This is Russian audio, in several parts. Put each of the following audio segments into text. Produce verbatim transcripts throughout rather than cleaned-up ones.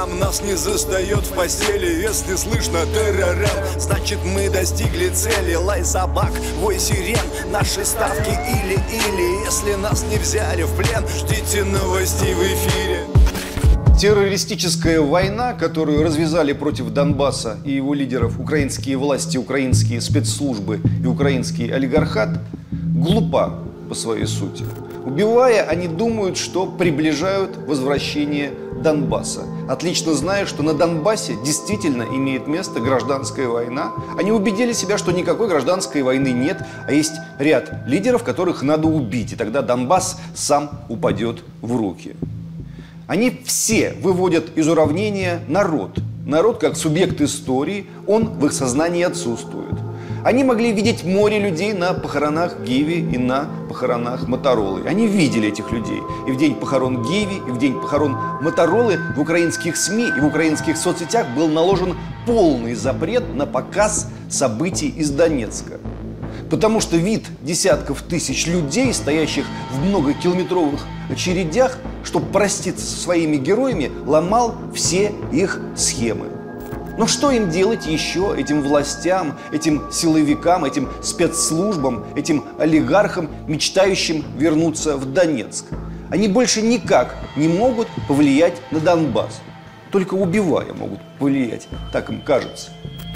нам. Нас не застает в постели, если слышно террорем. Значит, мы достигли цели. Лай собак, вой сирен, наши ставки или-или. Если нас не взяли в плен, ждите новостей в эфире. Террористическая война, которую развязали против Донбасса и его лидеров украинские власти, украинские спецслужбы и украинский олигархат, глупа по своей сути. Убивая, они думают, что приближают возвращение Донбасса, отлично зная, что на Донбассе действительно имеет место гражданская война. Они убедили себя, что никакой гражданской войны нет, а есть ряд лидеров, которых надо убить, и тогда Донбасс сам упадет в руки. Они все выводят из уравнения народ. Народ как субъект истории, он в их сознании отсутствует. Они могли видеть море людей на похоронах Гиви и на похоронах Моторолы. Они видели этих людей. И в день похорон Гиви, и в день похорон Моторолы в украинских СМИ и в украинских соцсетях был наложен полный запрет на показ событий из Донецка. Потому что вид десятков тысяч людей, стоящих в многокилометровых очередях, чтобы проститься со своими героями, ломал все их схемы. Но что им делать еще, этим властям, этим силовикам, этим спецслужбам, этим олигархам, мечтающим вернуться в Донецк? Они больше никак не могут повлиять на Донбасс. Только убивая могут повлиять, так им кажется.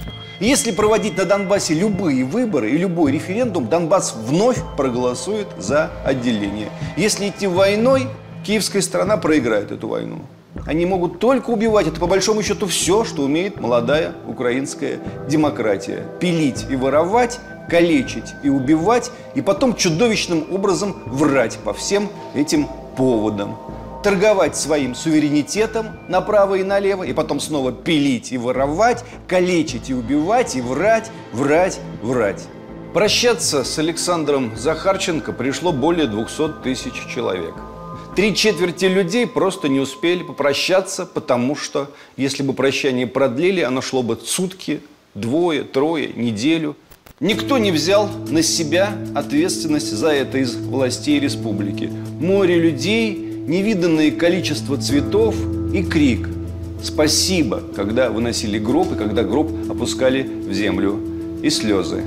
Если проводить на Донбассе любые выборы и любой референдум, Донбасс вновь проголосует за отделение. Если идти войной, киевская сторона проиграет эту войну. Они могут только убивать. Это по большому счету все, что умеет молодая украинская демократия. Пилить и воровать, калечить и убивать, и потом чудовищным образом врать по всем этим поводам. Торговать своим суверенитетом направо и налево, и потом снова пилить и воровать, калечить и убивать, и врать, врать, врать. Прощаться с Александром Захарченко пришло более двухсот тысяч человек. Три четверти людей просто не успели попрощаться, потому что, если бы прощание продлили, оно шло бы сутки, двое, трое, неделю. Никто не взял на себя ответственность за это из властей республики. Море людей, невиданное количество цветов и крик «Спасибо!», когда выносили гроб и когда гроб опускали в землю, и слезы.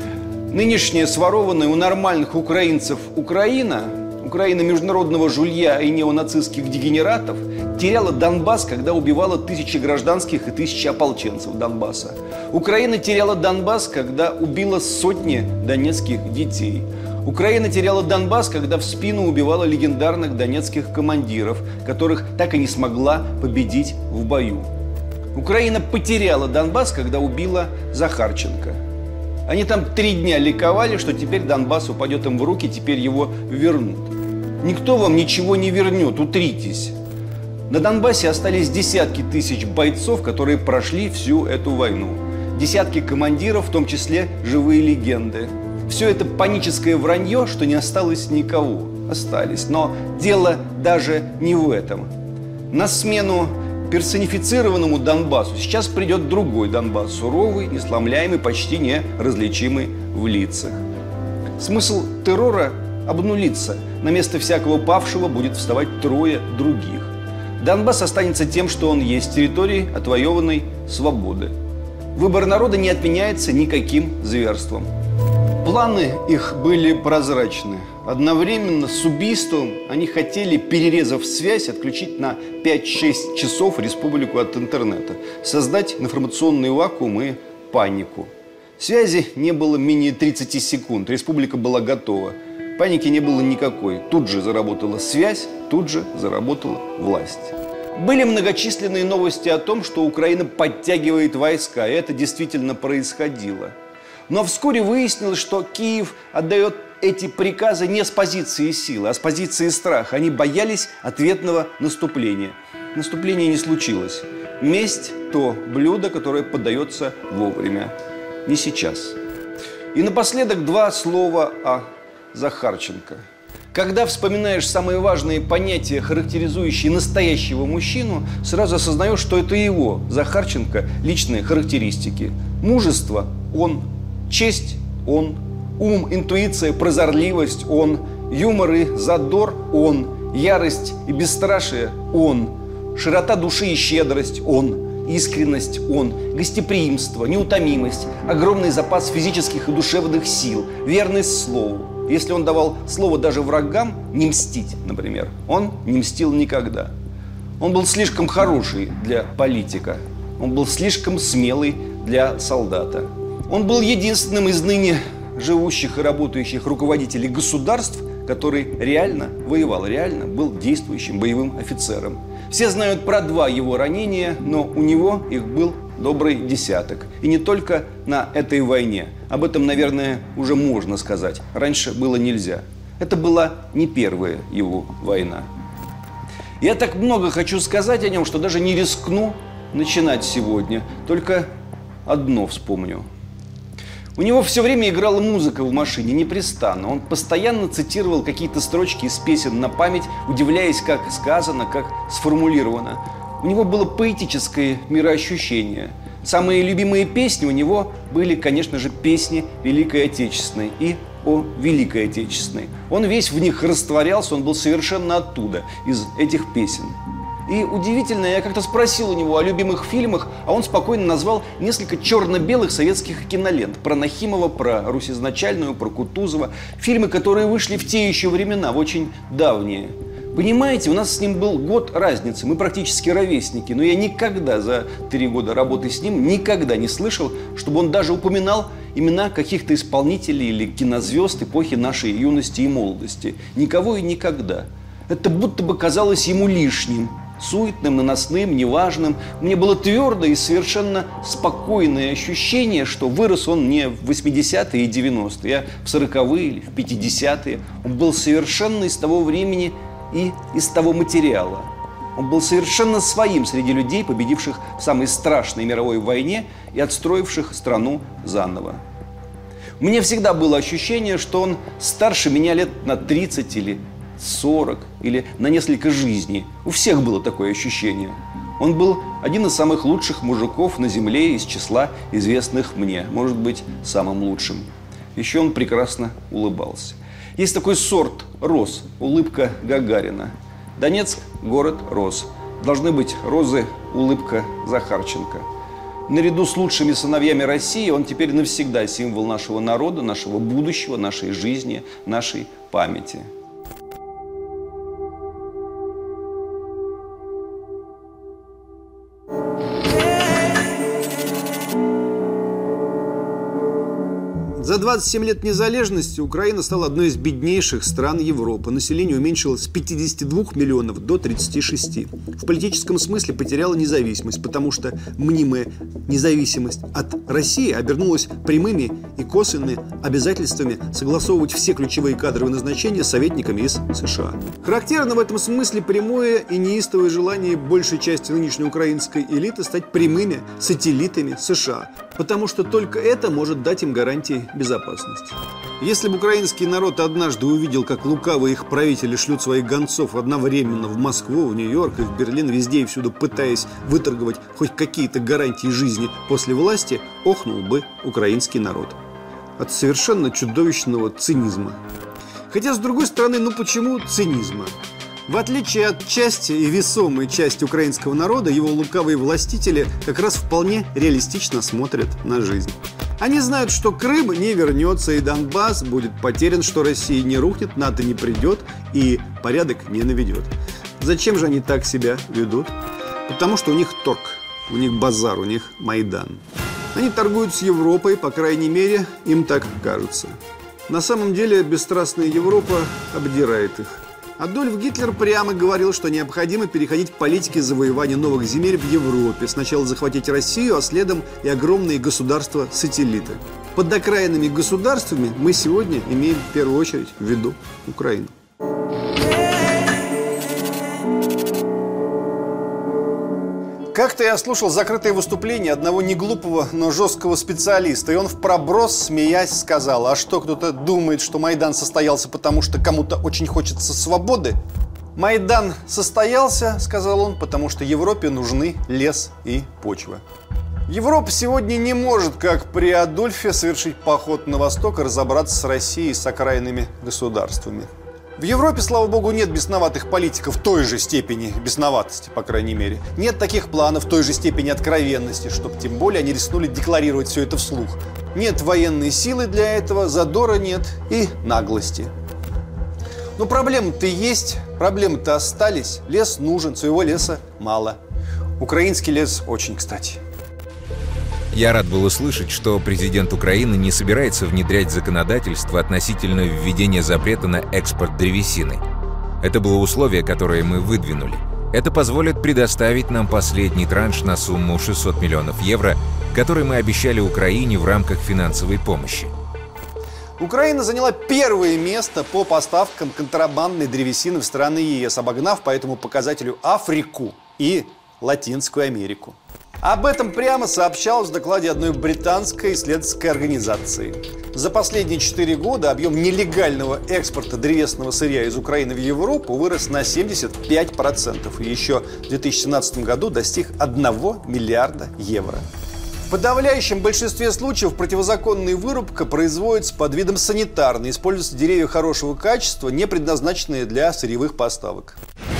Нынешняя сворованная у нормальных украинцев Украина, Украина международного жулья и неонацистских дегенератов, теряла Донбасс, когда убивала тысячи гражданских и тысячи ополченцев Донбасса. Украина теряла Донбасс, когда убила сотни донецких детей. Украина теряла Донбасс, когда в спину убивала легендарных донецких командиров, которых так и не смогла победить в бою. Украина потеряла Донбасс, когда убила Захарченко. Они там три дня ликовали, что теперь Донбасс упадет им в руки, теперь его вернут. Никто вам ничего не вернет, утритесь. На Донбассе остались десятки тысяч бойцов, которые прошли всю эту войну. Десятки командиров, в том числе живые легенды. Все это паническое вранье, что не осталось никого. Остались. Но дело даже не в этом. На смену персонифицированному Донбассу сейчас придет другой Донбасс, суровый, несломляемый, почти неразличимый в лицах. Смысл террора обнулится. На место всякого павшего будет вставать трое других. Донбасс останется тем, что он есть, территорией отвоеванной свободы. Выбор народа не отменяется никаким зверством. Планы их были прозрачны. Одновременно с убийством они хотели, перерезав связь, отключить на пять-шесть часов республику от интернета, создать информационный вакуум и панику. Связи не было менее тридцати секунд, республика была готова. Паники не было никакой. Тут же заработала связь, тут же заработала власть. Были многочисленные новости о том, что Украина подтягивает войска, и это действительно происходило. Но вскоре выяснилось, что Киев отдает эти приказы не с позиции силы, а с позиции страха. Они боялись ответного наступления. Наступление не случилось. Месть – то блюдо, которое подается вовремя. Не сейчас. И напоследок два слова о Захарченко. Когда вспоминаешь самые важные понятия, характеризующие настоящего мужчину, сразу осознаешь, что это его, Захарченко, личные характеристики. Мужество – он. Честь – он. Ум, интуиция, прозорливость – он. Юмор и задор – он. Ярость и бесстрашие – он. Широта души и щедрость – он. Искренность – он. Гостеприимство, неутомимость, огромный запас физических и душевных сил, верность слову. Если он давал слово даже врагам не мстить, например, он не мстил никогда. Он был слишком хороший для политика. Он был слишком смелый для солдата. Он был единственным из ныне живущих и работающих руководителей государств, который реально воевал, реально был действующим боевым офицером. Все знают про два его ранения, но у него их был добрый десяток. И не только на этой войне. Об этом, наверное, уже можно сказать. Раньше было нельзя. Это была не первая его война. Я так много хочу сказать о нем, что даже не рискну начинать сегодня. Только одно вспомню. У него все время играла музыка в машине, непрестанно. Он постоянно цитировал какие-то строчки из песен на память, удивляясь, как сказано, как сформулировано. У него было поэтическое мироощущение. Самые любимые песни у него были, конечно же, песни Великой Отечественной и о Великой Отечественной. Он весь в них растворялся, он был совершенно оттуда, из этих песен. И удивительно, я как-то спросил у него о любимых фильмах, а он спокойно назвал несколько черно-белых советских кинолент. Про Нахимова, про Русь изначальную, про Кутузова. Фильмы, которые вышли в те еще времена, в очень давние. Понимаете, у нас с ним был год разницы, мы практически ровесники. Но я никогда за три года работы с ним никогда не слышал, чтобы он даже упоминал имена каких-то исполнителей или кинозвезд эпохи нашей юности и молодости. Никого и никогда. Это будто бы казалось ему лишним. Суетным, наносным, неважным. Мне было твердое и совершенно спокойное ощущение, что вырос он не в восьмидесятые и девяностые, а в сороковые или в пятидесятые. Он был совершенно из того времени и из того материала. Он был совершенно своим среди людей, победивших в самой страшной мировой войне и отстроивших страну заново. У меня всегда было ощущение, что он старше меня лет на тридцать или сорок, или на несколько жизней. У всех было такое ощущение. Он был один из самых лучших мужиков на земле из числа известных мне, может быть, самым лучшим. Еще он прекрасно улыбался. Есть такой сорт роз, улыбка Гагарина. Донецк – город роз. Должны быть розы, улыбка Захарченко. Наряду с лучшими сыновьями России он теперь навсегда символ нашего народа, нашего будущего, нашей жизни, нашей памяти. За двадцать семь лет незалежности Украина стала одной из беднейших стран Европы. Население уменьшилось с пятидесяти двух миллионов до тридцати шести. В политическом смысле потеряла независимость, потому что мнимая независимость от России обернулась прямыми и косвенными обязательствами согласовывать все ключевые кадровые назначения с советниками из США. Характерно в этом смысле прямое и неистовое желание большей части нынешней украинской элиты стать прямыми сателлитами США, потому что только это может дать им гарантии безопасности. Если бы украинский народ однажды увидел, как лукавые их правители шлют своих гонцов одновременно в Москву, в Нью-Йорк и в Берлин, везде и всюду пытаясь выторговать хоть какие-то гарантии жизни после власти, охнул бы украинский народ от совершенно чудовищного цинизма. Хотя, с другой стороны, ну почему цинизма? В отличие от части и весомой части украинского народа, его лукавые властители как раз вполне реалистично смотрят на жизнь. Они знают, что Крым не вернется и Донбасс будет потерян, что Россия не рухнет, НАТО не придет и порядок не наведет. Зачем же они так себя ведут? Потому что у них торг, у них базар, у них Майдан. Они торгуют с Европой, по крайней мере, им так кажется. На самом деле бесстрастная Европа обдирает их. Адольф Гитлер прямо говорил, что необходимо переходить к политике завоевания новых земель в Европе. Сначала захватить Россию, а следом и огромные государства-сателлиты. Под окраинными государствами мы сегодня имеем в первую очередь в виду Украину. Как-то я слушал закрытое выступление одного неглупого, но жесткого специалиста, и он в проброс, смеясь, сказал: а что, кто-то думает, что Майдан состоялся, потому что кому-то очень хочется свободы? Майдан состоялся, сказал он, потому что Европе нужны лес и почва. Европа сегодня не может, как при Адольфе, совершить поход на восток и разобраться с Россией, с окраинными государствами. В Европе, слава богу, нет бесноватых политиков той же степени бесноватости, по крайней мере. Нет таких планов той же степени откровенности, чтобы тем более они рискнули декларировать все это вслух. Нет военной силы для этого, задора нет и наглости. Но проблемы-то есть, проблемы-то остались. Лес нужен, своего леса мало. Украинский лес очень кстати. Я рад был услышать, что президент Украины не собирается внедрять законодательство относительно введения запрета на экспорт древесины. Это было условие, которое мы выдвинули. Это позволит предоставить нам последний транш на сумму шестьсот миллионов евро, который мы обещали Украине в рамках финансовой помощи. Украина заняла первое место по поставкам контрабандной древесины в страны ЕС, обогнав по этому показателю Африку и Латинскую Америку. Об этом прямо сообщалось в докладе одной британской исследовательской организации. За последние четыре года объем нелегального экспорта древесного сырья из Украины в Европу вырос на семьдесят пять процентов и еще в две тысячи семнадцатом году достиг одного миллиарда евро. В подавляющем большинстве случаев противозаконная вырубка производится под видом санитарной, используются деревья хорошего качества, не предназначенные для сырьевых поставок.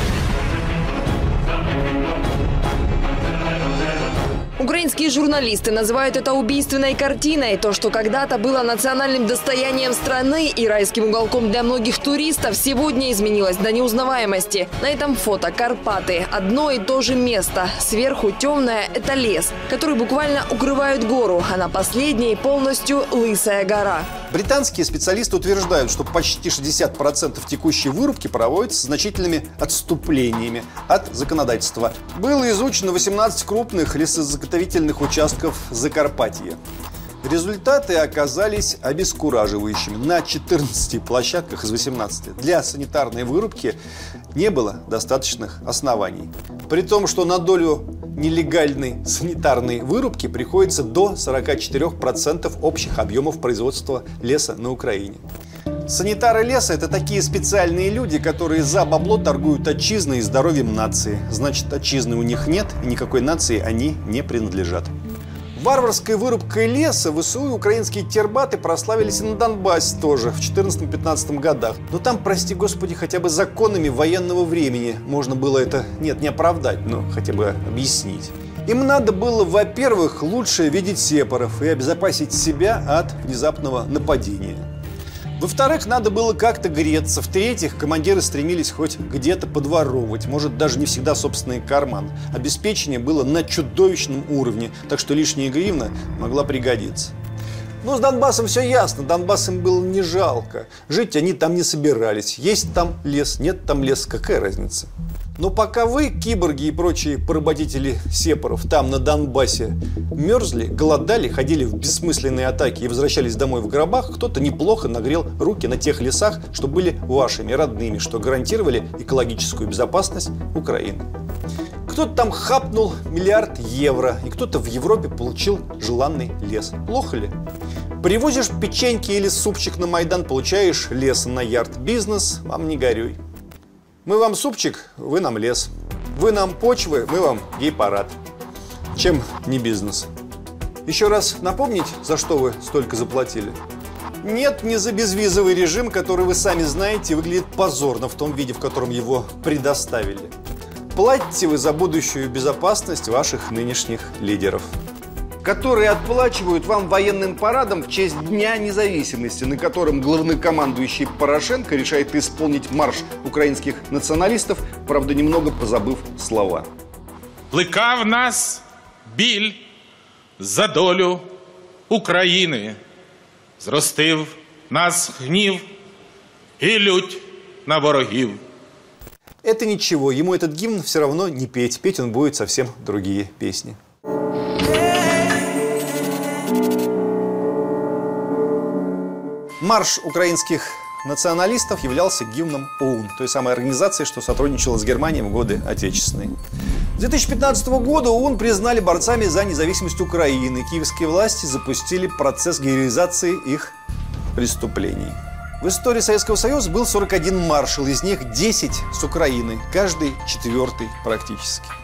Украинские журналисты называют это убийственной картиной. То, что когда-то было национальным достоянием страны и райским уголком для многих туристов, сегодня изменилось до неузнаваемости. На этом фото Карпаты. Одно и то же место. Сверху темное – это лес, который буквально укрывает гору, а на последней полностью лысая гора. Британские специалисты утверждают, что почти шестьдесят процентов текущей вырубки проводится с значительными отступлениями от законодательства. Было изучено восемнадцать крупных лесозаготовительных участков Закарпатья. Результаты оказались обескураживающими. На четырнадцати площадках из восемнадцати для санитарной вырубки не было достаточных оснований. При том, что на долю нелегальной санитарной вырубки приходится до сорока четырёх процентов общих объемов производства леса на Украине. Санитары леса – это такие специальные люди, которые за бабло торгуют отчизной и здоровьем нации. Значит, отчизны у них нет, и никакой нации они не принадлежат. Варварской вырубкой леса ВСУ и украинские тербаты прославились и на Донбассе тоже в четырнадцатом-пятнадцатом годах. Но там, прости господи, хотя бы законами военного времени можно было это, нет, не оправдать, но хотя бы объяснить. Им надо было, во-первых, лучше видеть сепаров и обезопасить себя от внезапного нападения. Во-вторых, надо было как-то греться. В-третьих, командиры стремились хоть где-то подворовывать, может, даже не всегда собственный карман. Обеспечение было на чудовищном уровне, так что лишняя гривна могла пригодиться. Но с Донбассом все ясно, Донбасс им было не жалко. Жить они там не собирались. Есть там лес, нет там лес, какая разница? Но пока вы, киборги и прочие поработители сепаров, там на Донбассе мерзли, голодали, ходили в бессмысленные атаки и возвращались домой в гробах, кто-то неплохо нагрел руки на тех лесах, что были вашими, родными, что гарантировали экологическую безопасность Украины. Кто-то там хапнул миллиард евро, и кто-то в Европе получил желанный лес. Плохо ли? Привозишь печеньки или супчик на Майдан, получаешь лес на ярд. Бизнес, вам не горюй. Мы вам супчик, вы нам лес. Вы нам почвы, мы вам гей-парад. Чем не бизнес? Еще раз напомнить, за что вы столько заплатили? Нет, не за безвизовый режим, который вы сами знаете, выглядит позорно в том виде, в котором его предоставили. Платите вы за будущую безопасность ваших нынешних лидеров, которые отплачивают вам военным парадом в честь Дня независимости, на котором главнокомандующий Порошенко решает исполнить марш украинских националистов, правда, немного позабыв слова. Плекав нас біль за долю України, зростив нас гнів і лють на ворогів. Это ничего, ему этот гимн все равно не петь, петь он будет совсем другие песни. Марш украинских националистов являлся гимном ОУН, той самой организации, что сотрудничала с Германией в годы Отечественной. С две тысячи пятнадцатого года ОУН признали борцами за независимость Украины. Киевские власти запустили процесс героизации их преступлений. В истории Советского Союза был сорок один маршал, из них десять с Украины, каждый четвертый практически.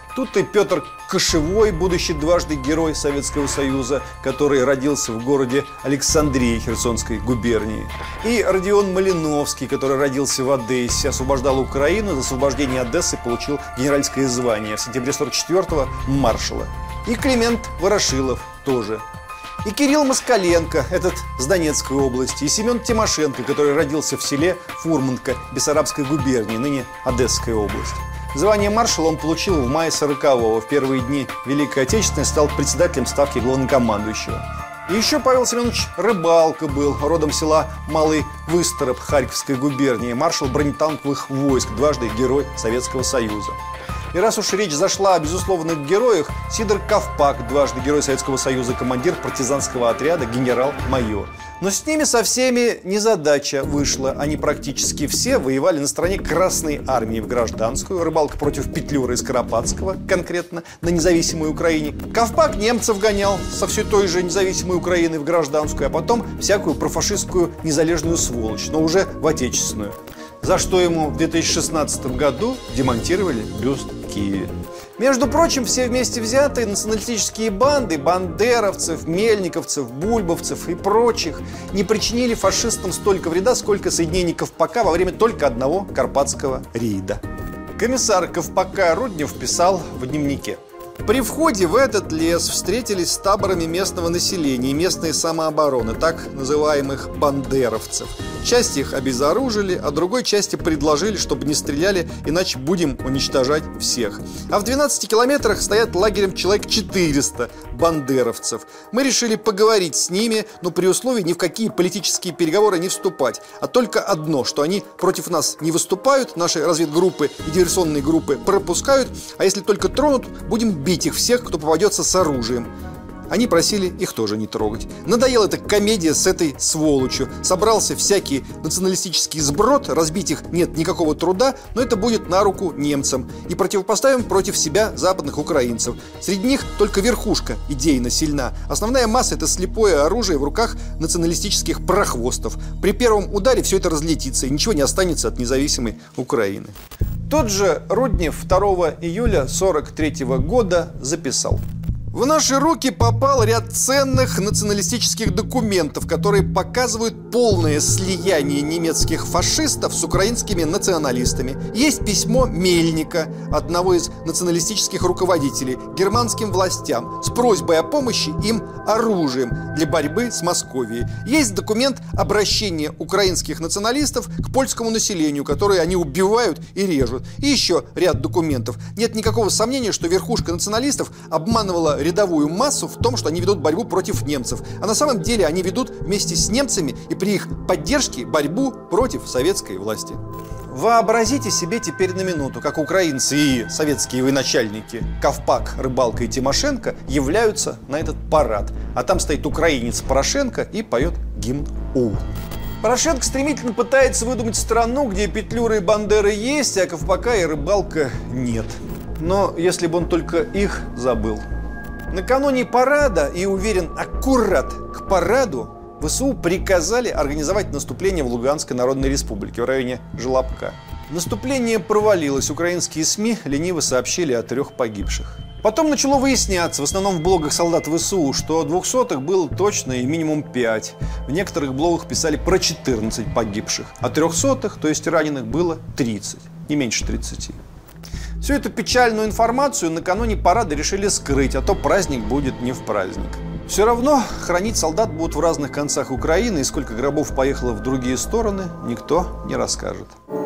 Тут и Петр Кошевой, будущий дважды герой Советского Союза, который родился в городе Александрии Херсонской губернии. И Родион Малиновский, который родился в Одессе, освобождал Украину, за освобождение Одессы получил генеральское звание, в сентябре сорок четвёртого маршала. И Климент Ворошилов тоже. И Кирилл Москаленко, этот с Донецкой области, и Семен Тимошенко, который родился в селе Фурманка Бессарабской губернии, ныне Одесская область. Звание маршала он получил в мае сорокового. В первые дни Великой Отечественной стал председателем ставки главнокомандующего. И еще Павел Семенович Рыбалко был, родом села Малый Выстороп Харьковской губернии, маршал бронетанковых войск, дважды герой Советского Союза. И раз уж речь зашла о безусловных героях, Сидор Ковпак, дважды герой Советского Союза, командир партизанского отряда, генерал-майор. Но с ними со всеми незадача вышла. Они практически все воевали на стороне Красной Армии в гражданскую. Рыбалка против Петлюры и Скоропадского, конкретно, на независимой Украине. Ковпак немцев гонял со все той же независимой Украины в гражданскую, а потом всякую профашистскую незалежную сволочь, но уже в отечественную. За что ему в две тысячи шестнадцатом году демонтировали бюст в Киеве. Между прочим, все вместе взятые националистические банды бандеровцев, мельниковцев, бульбовцев и прочих не причинили фашистам столько вреда, сколько соединение Ковпака во время только одного карпатского рейда. Комиссар Ковпака Руднев писал в дневнике: при входе в этот лес встретились с таборами местного населения и местной самообороны, так называемых бандеровцев. Часть их обезоружили, а другой части предложили, чтобы не стреляли, иначе будем уничтожать всех. А в двенадцати километрах стоят лагерем человек четыреста бандеровцев. Мы решили поговорить с ними, но при условии ни в какие политические переговоры не вступать. А только одно, что они против нас не выступают, наши разведгруппы и диверсионные группы пропускают, а если только тронут, будем бить их всех, кто попадется с оружием. Они просили их тоже не трогать. Надоела эта комедия с этой сволочью. Собрался всякий националистический сброд, разбить их нет никакого труда, но это будет на руку немцам. И противопоставим против себя западных украинцев. Среди них только верхушка идейно сильна. Основная масса – это слепое оружие в руках националистических прохвостов. При первом ударе все это разлетится, и ничего не останется от независимой Украины. Тот же Руднев второго июля сорок третьего года записал: в наши руки попал ряд ценных националистических документов, которые показывают полное слияние немецких фашистов с украинскими националистами. Есть письмо Мельника, одного из националистических руководителей, германским властям с просьбой о помощи им оружием для борьбы с Московией. Есть документ обращения украинских националистов к польскому населению, которые они убивают и режут. И еще ряд документов. Нет никакого сомнения, что верхушка националистов обманывала рядовую массу в том, что они ведут борьбу против немцев. А на самом деле они ведут вместе с немцами и при их поддержке борьбу против советской власти. Вообразите себе теперь на минуту, как украинцы и советские военачальники Ковпак, Рыбалко и Тимошенко являются на этот парад. А там стоит украинец Порошенко и поет гимн У. Порошенко стремительно пытается выдумать страну, где Петлюра и Бандера есть, а Ковпака и Рыбалко нет. Но если бы он только их забыл. Накануне парада, и уверен, аккурат к параду, ВСУ приказали организовать наступление в Луганской Народной Республике в районе Желобка. Наступление провалилось, украинские СМИ лениво сообщили о трех погибших. Потом начало выясняться, в основном в блогах солдат ВСУ, что двухсотых было точно и минимум пять. В некоторых блогах писали про четырнадцать погибших, а трехсотых, то есть раненых, было тридцать, не меньше тридцати. Всю эту печальную информацию накануне парада решили скрыть, а то праздник будет не в праздник. Все равно хранить солдат будут в разных концах Украины, и сколько гробов поехало в другие стороны, никто не расскажет.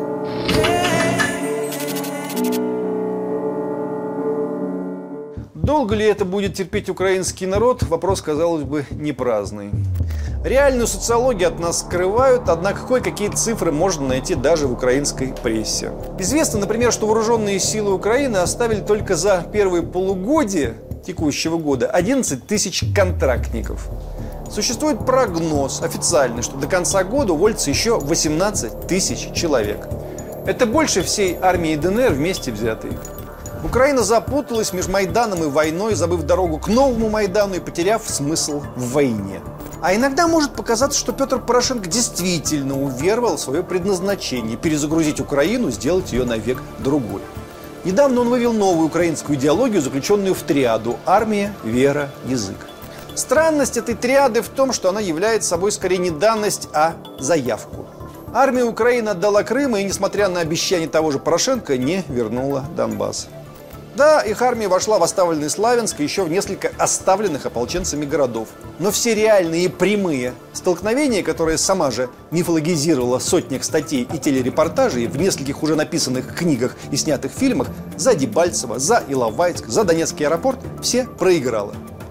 Долго ли это будет терпеть украинский народ, вопрос, казалось бы, не праздный. Реальную социологию от нас скрывают, однако кое-какие цифры можно найти даже в украинской прессе. Известно, например, что вооруженные силы Украины оставили только за первые полугодие текущего года одиннадцать тысяч контрактников. Существует прогноз официальный, что до конца года уволится еще восемнадцать тысяч человек. Это больше всей армии ДНР вместе взятой. Украина запуталась между Майданом и войной, забыв дорогу к новому Майдану и потеряв смысл в войне. А иногда может показаться, что Петр Порошенко действительно уверовал в свое предназначение – перезагрузить Украину, сделать ее навек другой. Недавно он вывел новую украинскую идеологию, заключенную в триаду «Армия, вера, язык». Странность этой триады в том, что она является собой скорее не данность, а заявку. Армия Украины отдала Крым и, несмотря на обещания того же Порошенко, не вернула Донбасс. Да, их армия вошла в оставленный Славянск и еще в несколько оставленных ополченцами городов. Но все реальные и прямые столкновения, которые сама же мифологизировала в сотнях статей и телерепортажей, в нескольких уже написанных книгах и снятых фильмах, за Дебальцево, за Иловайск, за Донецкий аэропорт, все проиграла.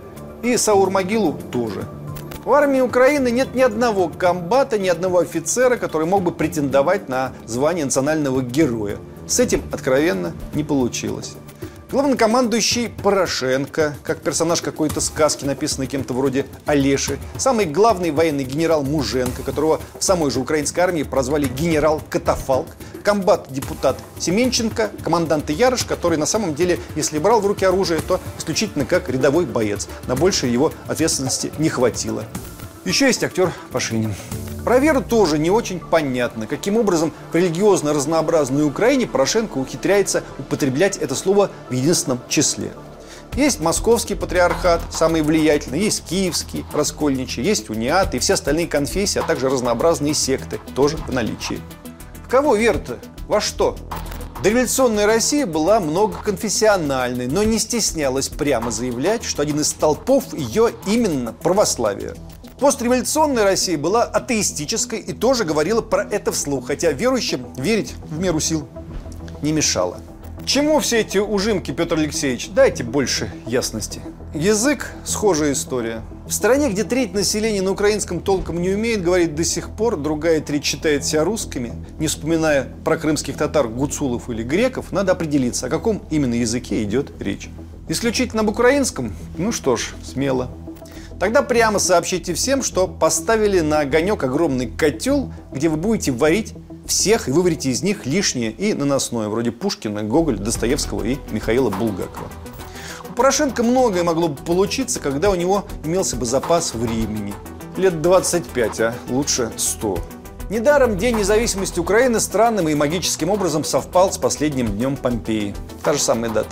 И Саур-могилу тоже. В армии Украины нет ни одного комбата, ни одного офицера, который мог бы претендовать на звание национального героя. С этим откровенно не получилось. Главнокомандующий Порошенко, как персонаж какой-то сказки, написанной кем-то вроде Олеши. Самый главный военный генерал Муженко, которого в самой же украинской армии прозвали генерал Катафалк. Комбат-депутат Семенченко, командант Ярош, который на самом деле, если брал в руки оружие, то исключительно как рядовой боец. На большее его ответственности не хватило. Еще есть актер Пашинин. Про веру тоже не очень понятно, каким образом в религиозно разнообразной Украине Порошенко ухитряется употреблять это слово в единственном числе. Есть московский патриархат, самый влиятельный, есть киевский, раскольничий, есть униаты и все остальные конфессии, а также разнообразные секты, тоже в наличии. В кого вера-то? Во что? Дореволюционная Россия была многоконфессиональной, но не стеснялась прямо заявлять, что один из столпов ее именно православие. Постреволюционная Россия была атеистической и тоже говорила про это вслух, хотя верующим верить в меру сил не мешало. Чему все эти ужимки, Петр Алексеевич? Дайте больше ясности. Язык – схожая история. В стране, где треть населения на украинском толком не умеет говорить до сих пор, другая треть считает себя русскими, не вспоминая про крымских татар, гуцулов или греков, надо определиться, о каком именно языке идет речь. Исключительно об украинском? Ну что ж, смело. Тогда прямо сообщите всем, что поставили на огонек огромный котел, где вы будете варить всех и выварите из них лишнее и наносное, вроде Пушкина, Гоголя, Достоевского и Михаила Булгакова. У Порошенко многое могло бы получиться, когда у него имелся бы запас времени. Лет двадцать пять, а лучше сто. Недаром День независимости Украины странным и магическим образом совпал с последним днем Помпеи. Та же самая дата.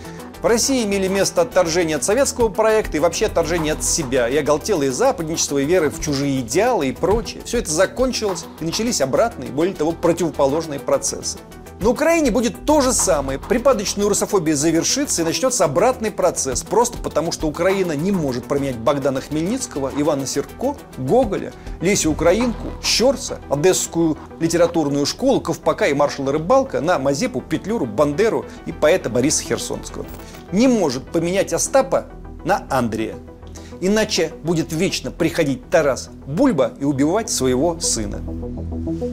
В России имели место отторжение от советского проекта и вообще отторжение от себя, и оголтелое западничество, и веры в чужие идеалы и прочее. Все это закончилось, и начались обратные, более того, противоположные процессы. На Украине будет то же самое. Припадочная русофобия завершится, и начнется обратный процесс. Просто потому, что Украина не может променять Богдана Хмельницкого, Ивана Серко, Гоголя, Лесю Украинку, Щорса, Одесскую литературную школу, Ковпака и маршала Рыбалка на Мазепу, Петлюру, Бандеру и поэта Бориса Херсонского. Не может поменять Остапа на Андрея. Иначе будет вечно приходить Тарас Бульба и убивать своего сына.